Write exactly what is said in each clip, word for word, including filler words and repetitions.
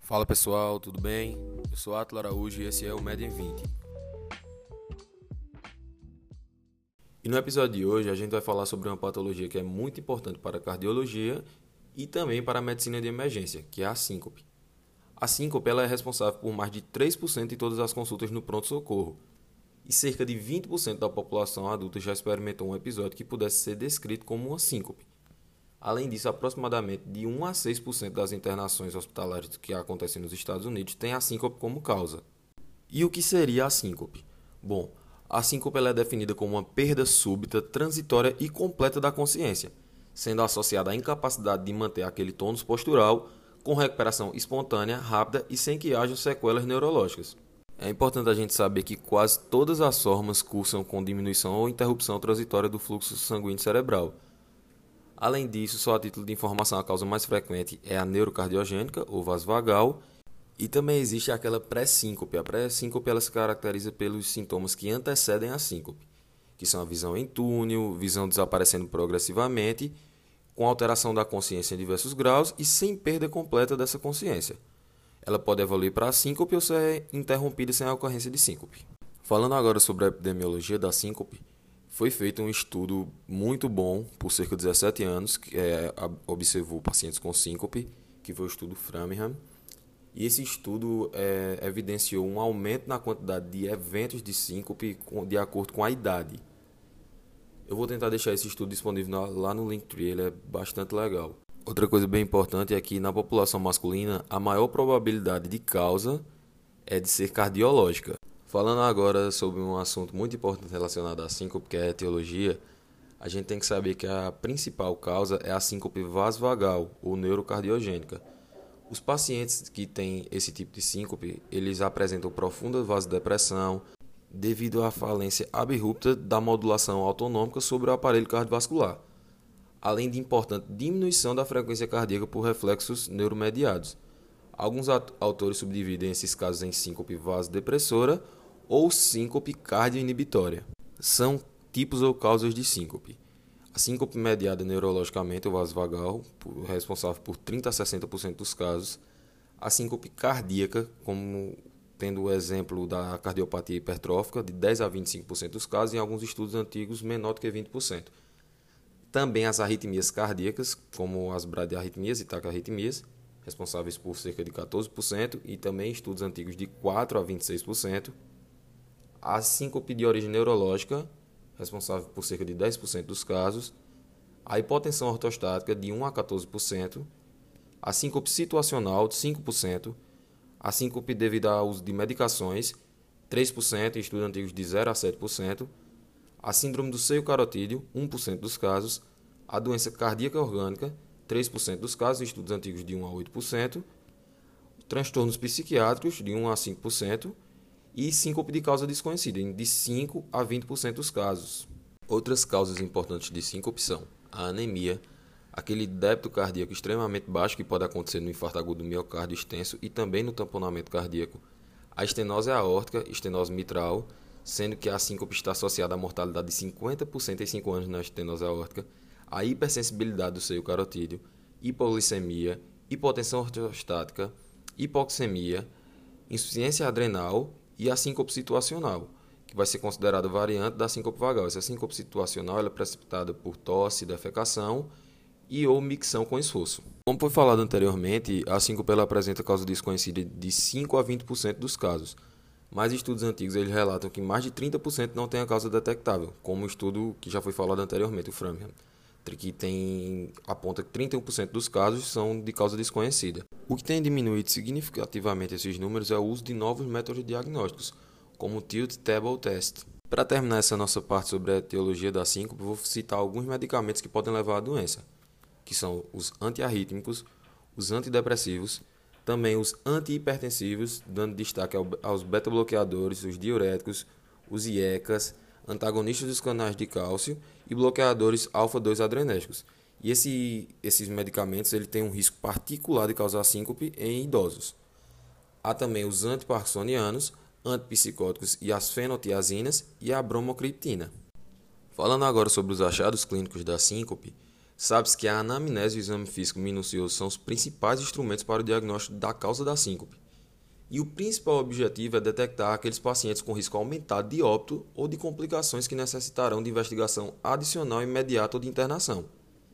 Fala pessoal, tudo bem? Eu sou Atila Araújo e esse é o Med em vinte. E no episódio de hoje a gente vai falar sobre uma patologia que é muito importante para a cardiologia e também para a medicina de emergência, que é a síncope. A síncope ela é responsável por mais de três por cento de todas as consultas no pronto-socorro e cerca de vinte por cento da população adulta já experimentou um episódio que pudesse ser descrito como uma síncope. Além disso, aproximadamente de um a seis por cento das internações hospitalares que acontecem nos Estados Unidos têm a síncope como causa. E o que seria a síncope? Bom, a síncope ela é definida como uma perda súbita, transitória e completa da consciência, sendo associada à incapacidade de manter aquele tônus postural, com recuperação espontânea, rápida e sem que hajam sequelas neurológicas. É importante a gente saber que quase todas as formas cursam com diminuição ou interrupção transitória do fluxo sanguíneo cerebral. Além disso, só a título de informação, a causa mais frequente é a neurocardiogênica, ou vasovagal, e também existe aquela pré-síncope. A pré-síncope ela se caracteriza pelos sintomas que antecedem a síncope, que são a visão em túnel, visão desaparecendo progressivamente, com alteração da consciência em diversos graus e sem perda completa dessa consciência. Ela pode evoluir para a síncope ou ser interrompida sem a ocorrência de síncope. Falando agora sobre a epidemiologia da síncope, foi feito um estudo muito bom por cerca de dezessete anos, que é, observou pacientes com síncope, que foi o estudo Framingham. E esse estudo é, evidenciou um aumento na quantidade de eventos de síncope de acordo com a idade. Eu vou tentar deixar esse estudo disponível lá no Linktree, ele é bastante legal. Outra coisa bem importante é que na população masculina, a maior probabilidade de causa é de ser cardiológica. Falando agora sobre um assunto muito importante relacionado à síncope, que é a etiologia, a gente tem que saber que a principal causa é a síncope vasovagal, ou neurocardiogênica. Os pacientes que têm esse tipo de síncope, eles apresentam profunda vasodepressão devido à falência abrupta da modulação autonômica sobre o aparelho cardiovascular, além de importante diminuição da frequência cardíaca por reflexos neuromediados. Alguns autores subdividem esses casos em síncope vasodepressora ou síncope cardioinibitória. São tipos ou causas de síncope. A síncope mediada neurologicamente, ou vasovagal, responsável por trinta a sessenta por cento dos casos. A síncope cardíaca, como tendo o exemplo da cardiopatia hipertrófica, de dez a vinte e cinco por cento dos casos, em alguns estudos antigos menor do que vinte por cento. Também as arritmias cardíacas, como as bradiarritmias e taquiarritmias, responsáveis por cerca de quatorze por cento, e também estudos antigos de quatro a vinte e seis por cento. A síncope de origem neurológica, responsável por cerca de dez por cento dos casos. A hipotensão ortostática, de um a quatorze por cento. A síncope situacional, de cinco por cento. A síncope devido ao uso de medicações, três por cento, em estudos antigos de zero a sete por cento. A síndrome do seio carotídeo, um por cento dos casos. A doença cardíaca orgânica, três por cento dos casos, em estudos antigos de um a oito por cento. Transtornos psiquiátricos, de um a cinco por cento. E síncope de causa desconhecida, de cinco a vinte por cento dos casos. Outras causas importantes de síncope são a anemia, aquele débito cardíaco extremamente baixo que pode acontecer no infarto agudo do miocárdio extenso e também no tamponamento cardíaco, a estenose aórtica, estenose mitral, sendo que a síncope está associada à mortalidade de cinquenta por cento em cinco anos na estenose aórtica, a hipersensibilidade do seio carotídeo, hipoglicemia, hipotensão ortostática, hipoxemia, insuficiência adrenal e a síncope situacional, que vai ser considerada variante da síncope vagal. Essa síncope situacional ela é precipitada por tosse, defecação e ou micção com esforço. Como foi falado anteriormente, a síncope ela apresenta causa desconhecida de cinco a vinte por cento dos casos, mas estudos antigos eles relatam que mais de trinta por cento não tem a causa detectável, como o estudo que já foi falado anteriormente, o Framingham, que tem, aponta que trinta e um por cento dos casos são de causa desconhecida. O que tem diminuído significativamente esses números é o uso de novos métodos diagnósticos, como o Tilt Table Test. Para terminar essa nossa parte sobre a etiologia da síncope, vou citar alguns medicamentos que podem levar à doença, que são os antiarrítmicos, os antidepressivos, também os antihipertensivos, dando destaque aos beta-bloqueadores, os diuréticos, os I E C As, antagonistas dos canais de cálcio e bloqueadores alfa dois adrenérgicos. E esse, esses medicamentos ele têm um risco particular de causar síncope em idosos. Há também os antiparkinsonianos, antipsicóticos e as fenotiazinas e a bromocriptina. Falando agora sobre os achados clínicos da síncope, Sabe-se que a anamnese e o exame físico minucioso são os principais instrumentos para o diagnóstico da causa da síncope. E o principal objetivo é detectar aqueles pacientes com risco aumentado de óbito ou de complicações que necessitarão de investigação adicional imediata ou de internação.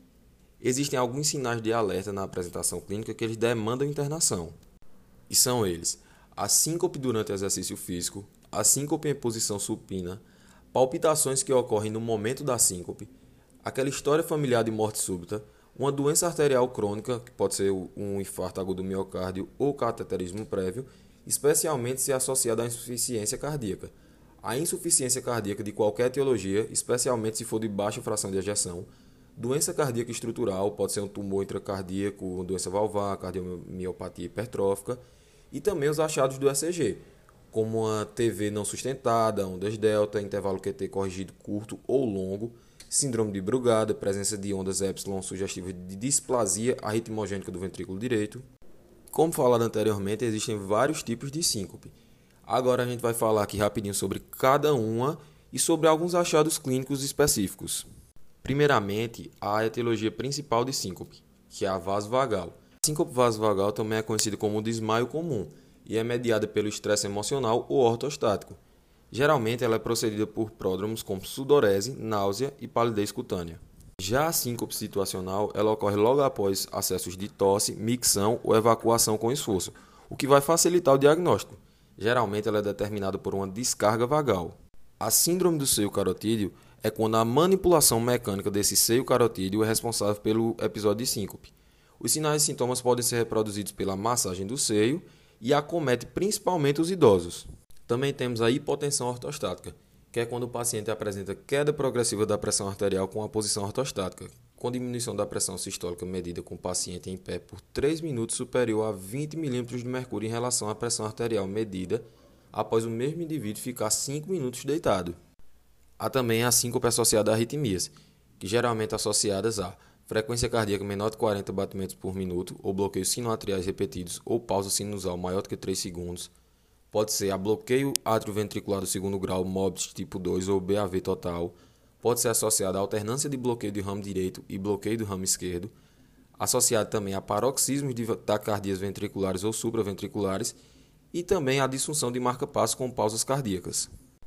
Existem alguns sinais de alerta na apresentação clínica que eles demandam internação. E são eles: a síncope durante exercício físico, a síncope em posição supina, palpitações que ocorrem no momento da síncope, aquela história familiar de morte súbita, uma doença arterial crônica, que pode ser um infarto agudo do miocárdio ou cateterismo prévio, especialmente se associada à insuficiência cardíaca. A insuficiência cardíaca de qualquer etiologia, especialmente se for de baixa fração de ejeção, doença cardíaca estrutural, pode ser um tumor intracardíaco, doença valvar, cardiomiopatia hipertrófica, e também os achados do E C G, como uma T V não sustentada, ondas delta, intervalo Q T corrigido curto ou longo, síndrome de Brugada, presença de ondas epsilon sugestivas de displasia arritmogênica do ventrículo direito. Como falado anteriormente, existem vários tipos de síncope. Agora a gente vai falar aqui rapidinho sobre cada uma e sobre alguns achados clínicos específicos. Primeiramente, a etiologia principal de síncope, que é a vasovagal. A síncope vasovagal também é conhecida como desmaio comum e é mediada pelo estresse emocional ou ortostático. Geralmente ela é procedida por pródromos como sudorese, náusea e palidez cutânea. Já a síncope situacional, ela ocorre logo após acessos de tosse, micção ou evacuação com esforço, o que vai facilitar o diagnóstico. Geralmente ela é determinada por uma descarga vagal. A síndrome do seio carotídeo é quando a manipulação mecânica desse seio carotídeo é responsável pelo episódio de síncope. Os sinais e sintomas podem ser reproduzidos pela massagem do seio e acomete principalmente os idosos. Também temos a hipotensão ortostática, que é quando o paciente apresenta queda progressiva da pressão arterial com a posição ortostática, com diminuição da pressão sistólica medida com o paciente em pé por três minutos superior a vinte milímetros de mercúrio em relação à pressão arterial medida após o mesmo indivíduo ficar cinco minutos deitado. Há também a síncope associada a arritmias, que geralmente associadas a frequência cardíaca menor de quarenta batimentos por minuto, ou bloqueios sinoatriais repetidos, ou pausa sinusal maior do que três segundos. Pode ser a bloqueio atrioventricular do segundo grau, M O B S tipo dois ou B A V total. Pode ser associada à alternância de bloqueio do ramo direito e bloqueio do ramo esquerdo. Associado também a paroxismos de taquicardias ventriculares ou supraventriculares. E também a disfunção de marca-passo com pausas cardíacas.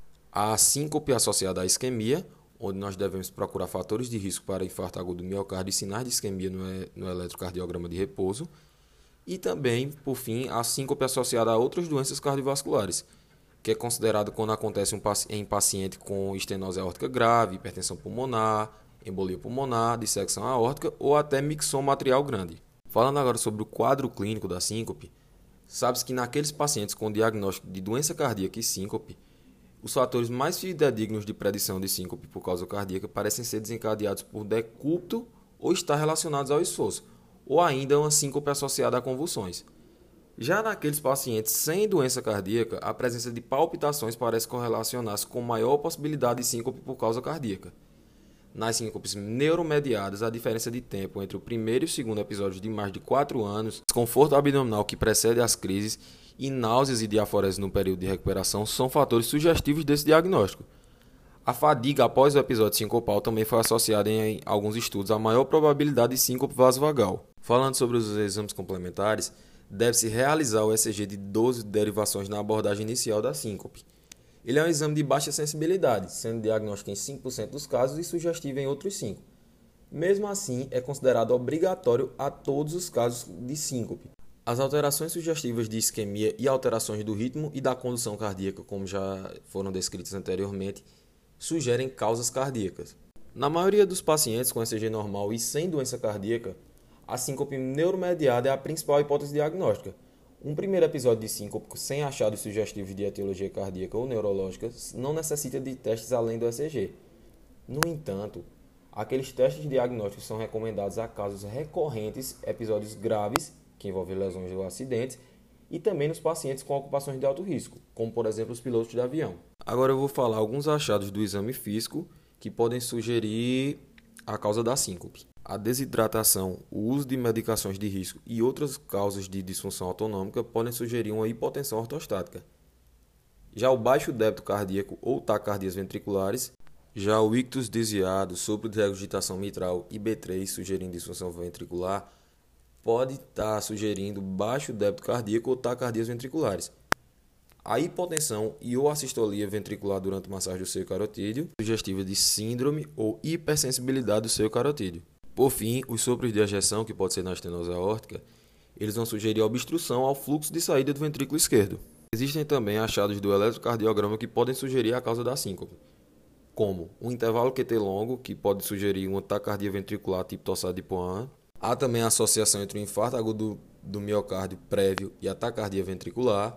A síncope associada à isquemia, onde nós devemos procurar fatores de risco para infarto agudo do miocárdio e sinais de isquemia no, e- no eletrocardiograma de repouso. E também, por fim, a síncope associada a outras doenças cardiovasculares, que é considerado quando acontece um, em paciente com estenose aórtica grave, hipertensão pulmonar, embolia pulmonar, dissecção aórtica ou até mixoma atrial grande. Falando agora sobre o quadro clínico da síncope, sabe-se que naqueles pacientes com diagnóstico de doença cardíaca e síncope, os fatores mais fidedignos de predição de síncope por causa cardíaca parecem ser desencadeados por decúbito ou estar relacionados ao esforço, ou ainda uma síncope associada a convulsões. Já naqueles pacientes sem doença cardíaca, a presença de palpitações parece correlacionar-se com maior possibilidade de síncope por causa cardíaca. Nas síncopes neuromediadas, a diferença de tempo entre o primeiro e o segundo episódio de mais de quatro anos, desconforto abdominal que precede as crises e náuseas e diaforese no período de recuperação são fatores sugestivos desse diagnóstico. A fadiga após o episódio sincopal também foi associada em alguns estudos à maior probabilidade de síncope vasovagal. Falando sobre os exames complementares, deve-se realizar o E C G de doze derivações na abordagem inicial da síncope. Ele é um exame de baixa sensibilidade, sendo diagnóstico em cinco por cento dos casos e sugestivo em outros cinco por cento. Mesmo assim, é considerado obrigatório a todos os casos de síncope. As alterações sugestivas de isquemia e alterações do ritmo e da condução cardíaca, como já foram descritas anteriormente, sugerem causas cardíacas. Na maioria dos pacientes com E C G normal e sem doença cardíaca, a síncope neuromediada é a principal hipótese diagnóstica. Um primeiro episódio de síncope sem achados sugestivos de etiologia cardíaca ou neurológica não necessita de testes além do E C G. No entanto, aqueles testes diagnósticos são recomendados a casos recorrentes, episódios graves, que envolvem lesões ou acidentes, e também nos pacientes com ocupações de alto risco, como por exemplo os pilotos de avião. Agora eu vou falar alguns achados do exame físico que podem sugerir a causa da síncope. A desidratação, o uso de medicações de risco e outras causas de disfunção autonômica podem sugerir uma hipotensão ortostática. Já o baixo débito cardíaco ou taquicardias ventriculares Já o ictus desviado, sopro de regurgitação mitral e B três, sugerindo disfunção ventricular, pode estar sugerindo baixo débito cardíaco ou taquicardias ventriculares. A hipotensão e ou assistolia ventricular durante massagem do seio carotídeo, sugestiva de síndrome ou hipersensibilidade do seio carotídeo. Por fim, os sopros de ejeção, que pode ser na estenose aórtica, eles vão sugerir obstrução ao fluxo de saída do ventrículo esquerdo. Existem também achados do eletrocardiograma que podem sugerir a causa da síncope, como um intervalo Q T longo, que pode sugerir uma taquicardia ventricular tipo tossada de Poin. Há também a associação entre o infarto agudo do miocárdio prévio e a taquicardia ventricular.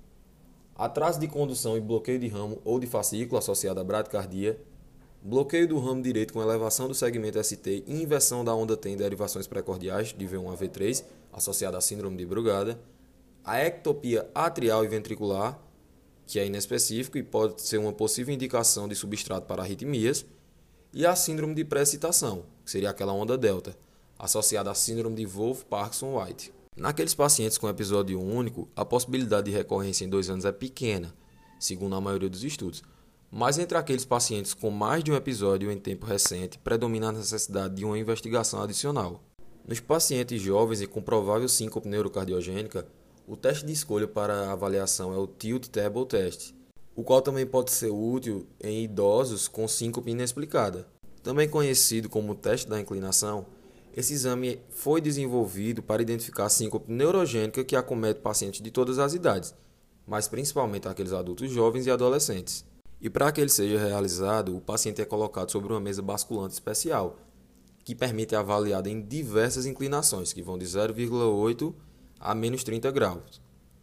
Atraso de condução e bloqueio de ramo ou de fascículo associado à bradicardia. Bloqueio do ramo direito com elevação do segmento S T e inversão da onda T em derivações pré-cordiais de V um a V três, associada à síndrome de Brugada. A ectopia atrial e ventricular, que é inespecífico e pode ser uma possível indicação de substrato para arritmias. E a síndrome de pré-excitação, que seria aquela onda delta, associada à síndrome de Wolff-Parkinson-White. Naqueles pacientes com episódio único, a possibilidade de recorrência em dois anos é pequena, segundo a maioria dos estudos. Mas entre aqueles pacientes com mais de um episódio em tempo recente, predomina a necessidade de uma investigação adicional. Nos pacientes jovens e com provável síncope neurocardiogênica, o teste de escolha para a avaliação é o Tilt Table Test, o qual também pode ser útil em idosos com síncope inexplicada. Também conhecido como teste da inclinação, esse exame foi desenvolvido para identificar a síncope neurogênica que acomete pacientes de todas as idades, mas principalmente aqueles adultos jovens e adolescentes. E para que ele seja realizado, o paciente é colocado sobre uma mesa basculante especial, que permite avaliar em diversas inclinações, que vão de zero vírgula oito a menos trinta graus.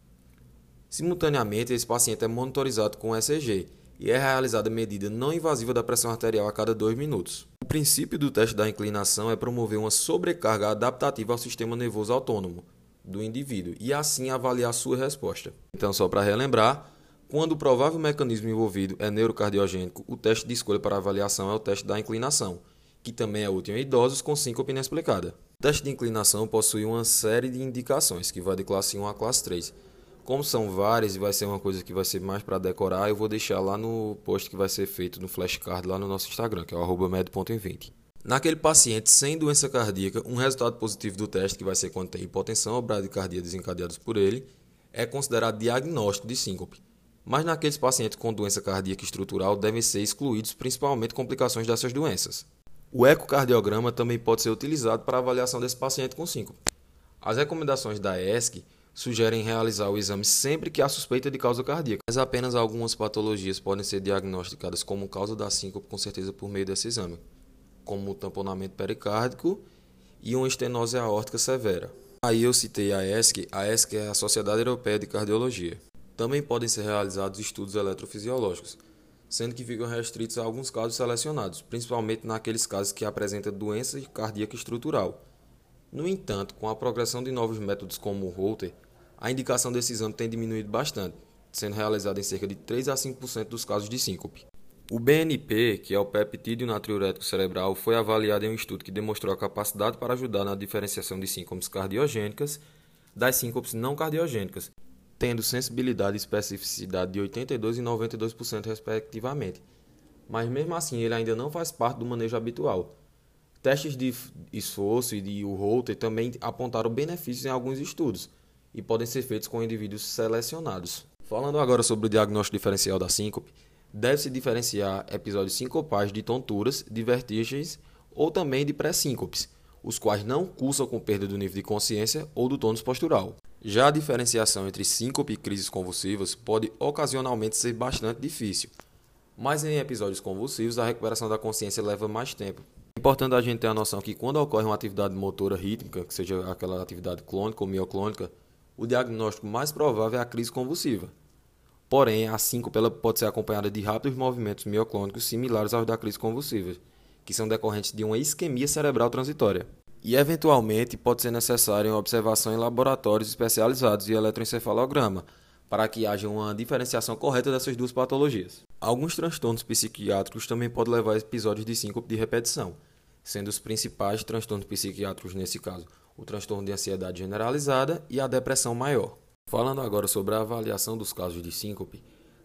Simultaneamente, esse paciente é monitorizado com E C G e é realizada a medida não invasiva da pressão arterial a cada dois minutos. O princípio do teste da inclinação é promover uma sobrecarga adaptativa ao sistema nervoso autônomo do indivíduo e assim avaliar sua resposta. Então, só para relembrar, quando o provável mecanismo envolvido é neurocardiogênico, o teste de escolha para avaliação é o teste da inclinação, que também é útil em idosos com síncope inexplicada. O teste de inclinação possui uma série de indicações, que vai de classe um a classe três. Como são várias e vai ser uma coisa que vai ser mais para decorar, eu vou deixar lá no post que vai ser feito no flashcard lá no nosso Instagram, que é o arroba med ponto invinte. Naquele paciente sem doença cardíaca, um resultado positivo do teste, que vai ser quando tem hipotensão ou bradicardia desencadeados por ele, é considerado diagnóstico de síncope. Mas naqueles pacientes com doença cardíaca estrutural devem ser excluídos principalmente complicações dessas doenças. O ecocardiograma também pode ser utilizado para a avaliação desse paciente com síncope. As recomendações da E S C sugerem realizar o exame sempre que há suspeita de causa cardíaca, mas apenas algumas patologias podem ser diagnosticadas como causa da síncope com certeza por meio desse exame, como o tamponamento pericárdico e uma estenose aórtica severa. Aí eu citei a E S C, a E S C é a Sociedade Europeia de Cardiologia. Também podem ser realizados estudos eletrofisiológicos, sendo que ficam restritos a alguns casos selecionados, principalmente naqueles casos que apresentam doença cardíaca estrutural. No entanto, com a progressão de novos métodos como o Holter, a indicação desse exame tem diminuído bastante, sendo realizada em cerca de três a cinco por cento dos casos de síncope. O B N P, que é o peptídeo natriurético cerebral, foi avaliado em um estudo que demonstrou a capacidade para ajudar na diferenciação de síncopes cardiogênicas das síncopes não cardiogênicas, tendo sensibilidade e especificidade de oitenta e dois por cento e noventa e dois por cento respectivamente. Mas mesmo assim ele ainda não faz parte do manejo habitual. Testes de esforço e de Holter também apontaram benefícios em alguns estudos e podem ser feitos com indivíduos selecionados. Falando agora sobre o diagnóstico diferencial da síncope, deve-se diferenciar episódios sincopais de tonturas, de vertigens ou também de pré-síncopes, os quais não cursam com perda do nível de consciência ou do tônus postural. Já a diferenciação entre síncope e crises convulsivas pode ocasionalmente ser bastante difícil, mas em episódios convulsivos a recuperação da consciência leva mais tempo. É importante a gente ter a noção que quando ocorre uma atividade motora rítmica, que seja aquela atividade clônica ou mioclônica, o diagnóstico mais provável é a crise convulsiva. Porém, a síncope ela pode ser acompanhada de rápidos movimentos mioclônicos similares aos da crise convulsiva, que são decorrentes de uma isquemia cerebral transitória. E, eventualmente, pode ser necessária uma observação em laboratórios especializados de eletroencefalograma, para que haja uma diferenciação correta dessas duas patologias. Alguns transtornos psiquiátricos também podem levar a episódios de síncope de repetição, sendo os principais transtornos psiquiátricos nesse caso o transtorno de ansiedade generalizada e a depressão maior. Falando agora sobre a avaliação dos casos de síncope,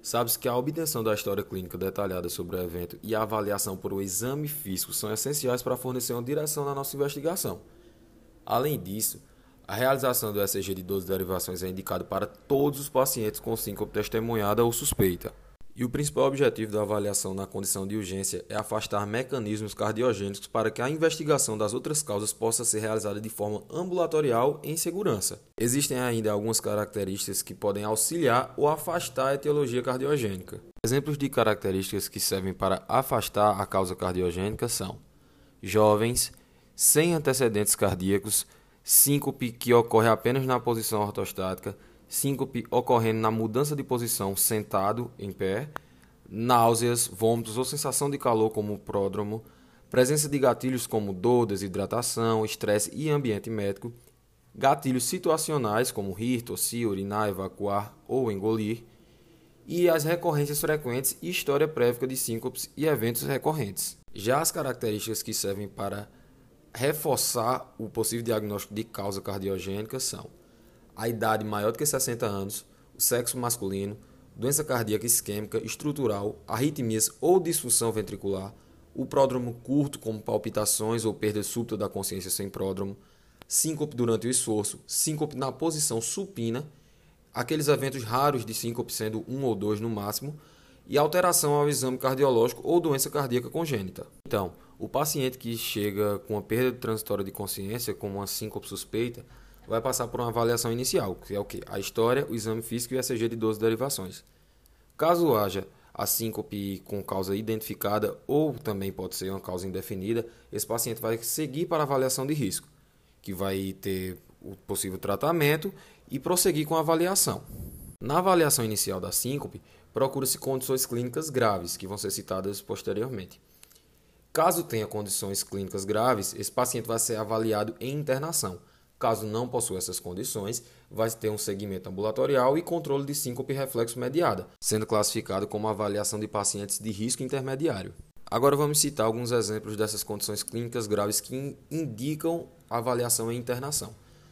Sabe-se que a obtenção da história clínica detalhada sobre o evento e a avaliação por um exame físico são essenciais para fornecer uma direção na nossa investigação. Além disso, a realização do E C G de doze derivações é indicado para todos os pacientes com síncope testemunhada ou suspeita. E o principal objetivo da avaliação na condição de urgência é afastar mecanismos cardiogênicos para que a investigação das outras causas possa ser realizada de forma ambulatorial e em segurança. Existem ainda algumas características que podem auxiliar ou afastar a etiologia cardiogênica. Exemplos de características que servem para afastar a causa cardiogênica são jovens, sem antecedentes cardíacos, síncope que ocorre apenas na posição ortostática, síncope ocorrendo na mudança de posição sentado, em pé, náuseas, vômitos ou sensação de calor como pródromo, presença de gatilhos como dor, desidratação, estresse e ambiente médico, gatilhos situacionais como rir, tossir, urinar, evacuar ou engolir, e as recorrências frequentes e história prévia de síncopes e eventos recorrentes. Já as características que servem para reforçar o possível diagnóstico de causa cardiogênica são a idade maior do que sessenta anos, o sexo masculino, doença cardíaca isquêmica estrutural, arritmias ou disfunção ventricular, o pródromo curto como palpitações ou perda súbita da consciência sem pródromo, síncope durante o esforço, síncope na posição supina, aqueles eventos raros de síncope sendo um ou dois no máximo, e alteração ao exame cardiológico ou doença cardíaca congênita. Então, o paciente que chega com uma perda transitória de consciência, como uma síncope suspeita, vai passar por uma avaliação inicial, que é o quê? A história, o exame físico e o E C G de doze derivações. Caso haja a síncope com causa identificada ou também pode ser uma causa indefinida, esse paciente vai seguir para a avaliação de risco, que vai ter o possível tratamento e prosseguir com a avaliação. Na avaliação inicial da síncope, procura-se condições clínicas graves, que vão ser citadas posteriormente. Caso tenha condições clínicas graves, esse paciente vai ser avaliado em internação. Caso não possua essas condições, vai ter um segmento ambulatorial e controle de síncope reflexo mediada, sendo classificado como avaliação de pacientes de risco intermediário. Agora vamos citar alguns exemplos dessas condições clínicas graves que indicam avaliação em internação.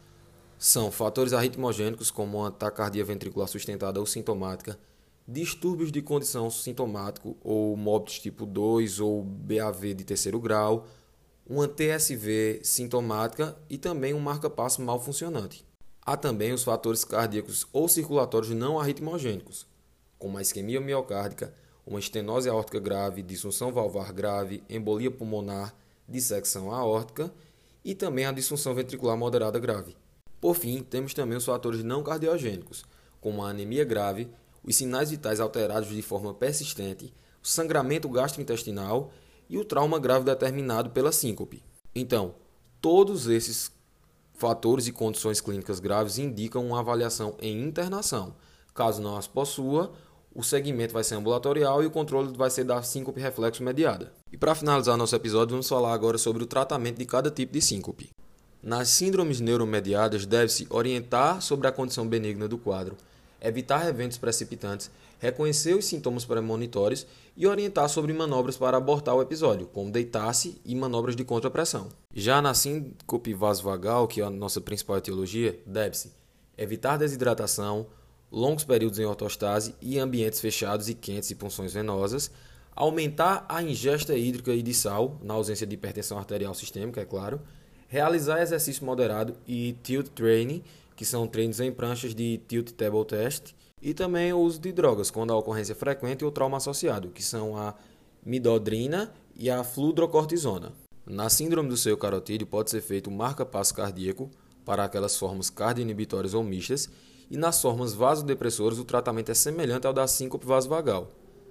São fatores arritmogênicos como uma taquicardia ventricular sustentada ou sintomática, distúrbios de condição sintomático ou Mobitus tipo dois ou B A V de terceiro grau, uma T S V sintomática e também um marca-passo mal funcionante. Há também os fatores cardíacos ou circulatórios não arritmogênicos, como a isquemia miocárdica, uma estenose aórtica grave, disfunção valvar grave, embolia pulmonar, dissecção aórtica e também a disfunção ventricular moderada grave. Por fim, temos também os fatores não cardiogênicos, como a anemia grave, os sinais vitais alterados de forma persistente, o sangramento gastrointestinal e o trauma grave determinado pela síncope. Então, todos esses fatores e condições clínicas graves indicam uma avaliação em internação. Caso não as possua, o segmento vai ser ambulatorial e o controle vai ser da síncope reflexo mediada. E para finalizar nosso episódio, vamos falar agora sobre o tratamento de cada tipo de síncope. Nas síndromes neuromediadas, deve-se orientar sobre a condição benigna do quadro, evitar eventos precipitantes, reconhecer os sintomas premonitórios e orientar sobre manobras para abortar o episódio, como deitar-se e manobras de contrapressão. Já na síncope vasovagal, que é a nossa principal etiologia, deve-se evitar desidratação, longos períodos em ortostase e ambientes fechados e quentes e punções venosas, aumentar a ingesta hídrica e de sal, na ausência de hipertensão arterial sistêmica, é claro, realizar exercício moderado e tilt training, que são treinos em pranchas de tilt table test, e também o uso de drogas, quando a ocorrência frequente e o trauma associado, que são a midodrina e a fludrocortisona. Na síndrome do seio carotídeo pode ser feito um marca-passo cardíaco para aquelas formas cardioinibitórias ou mistas, e nas formas vasodepressoras o tratamento é semelhante ao da síncope vasovagal.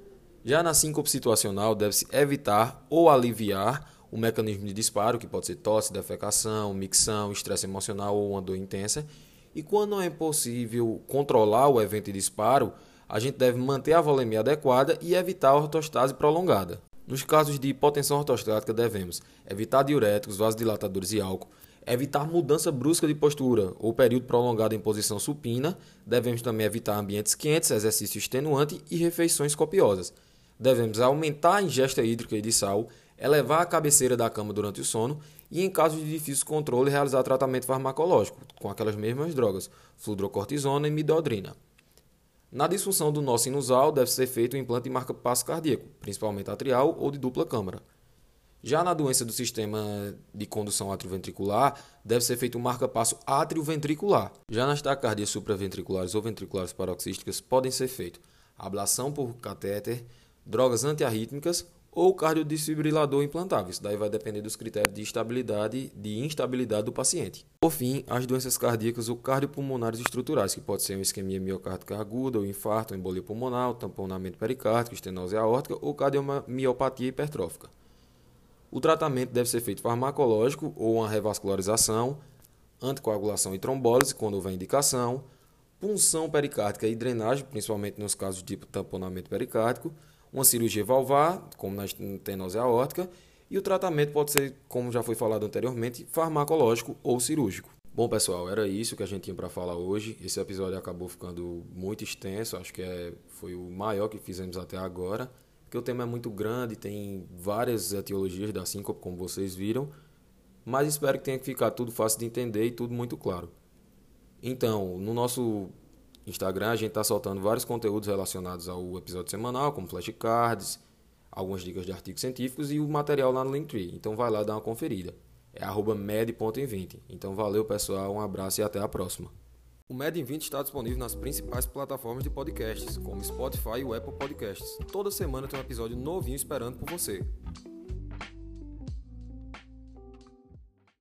Já na síncope situacional deve-se evitar ou aliviar o mecanismo de disparo, que pode ser tosse, defecação, micção, estresse emocional ou uma dor intensa. E quando não é possível controlar o evento de disparo, a gente deve manter a volemia adequada e evitar a ortostase prolongada. Nos casos de hipotensão ortostática, devemos evitar diuréticos, vasodilatadores e álcool, evitar mudança brusca de postura ou período prolongado em posição supina, devemos também evitar ambientes quentes, exercício extenuante e refeições copiosas. Devemos aumentar a ingesta hídrica e de sal, elevar a cabeceira da cama durante o sono e, em caso de difícil controle, realizar tratamento farmacológico com aquelas mesmas drogas, fludrocortisona e midodrina. Na disfunção do nó sinusal, deve ser feito o implante de marca-passo cardíaco, principalmente atrial ou de dupla câmara. Já na doença do sistema de condução atrioventricular, deve ser feito um marca-passo atrioventricular. Já nas taquicardias supraventriculares ou ventriculares paroxísticas, podem ser feitos ablação por catéter, drogas antiarrítmicas ou cardiodesfibrilador implantável. Isso daí vai depender dos critérios de estabilidade e instabilidade do paciente. Por fim, as doenças cardíacas ou cardiopulmonares estruturais, que pode ser uma isquemia miocárdica aguda, ou infarto, ou embolia pulmonar, tamponamento pericárdico, estenose aórtica ou cardiomiopatia hipertrófica. O tratamento deve ser feito farmacológico ou uma revascularização, anticoagulação e trombólise, quando houver indicação, punção pericárdica e drenagem, principalmente nos casos de tamponamento pericárdico, uma cirurgia valvar, como na estenose aórtica, e o tratamento pode ser, como já foi falado anteriormente, farmacológico ou cirúrgico. Bom, pessoal, era isso que a gente tinha para falar hoje. Esse episódio acabou ficando muito extenso, acho que é, foi o maior que fizemos até agora, porque o tema é muito grande, tem várias etiologias da síncope, como vocês viram, mas espero que tenha ficado tudo fácil de entender e tudo muito claro. Então, no nosso Instagram, a gente está soltando vários conteúdos relacionados ao episódio semanal, como flashcards, algumas dicas de artigos científicos e o material lá no Linktree. Então vai lá dar uma conferida. É arroba med ponto em vinte. Então valeu, pessoal, um abraço e até a próxima. O Med em vinte está disponível nas principais plataformas de podcasts, como Spotify e o Apple Podcasts. Toda semana tem um episódio novinho esperando por você.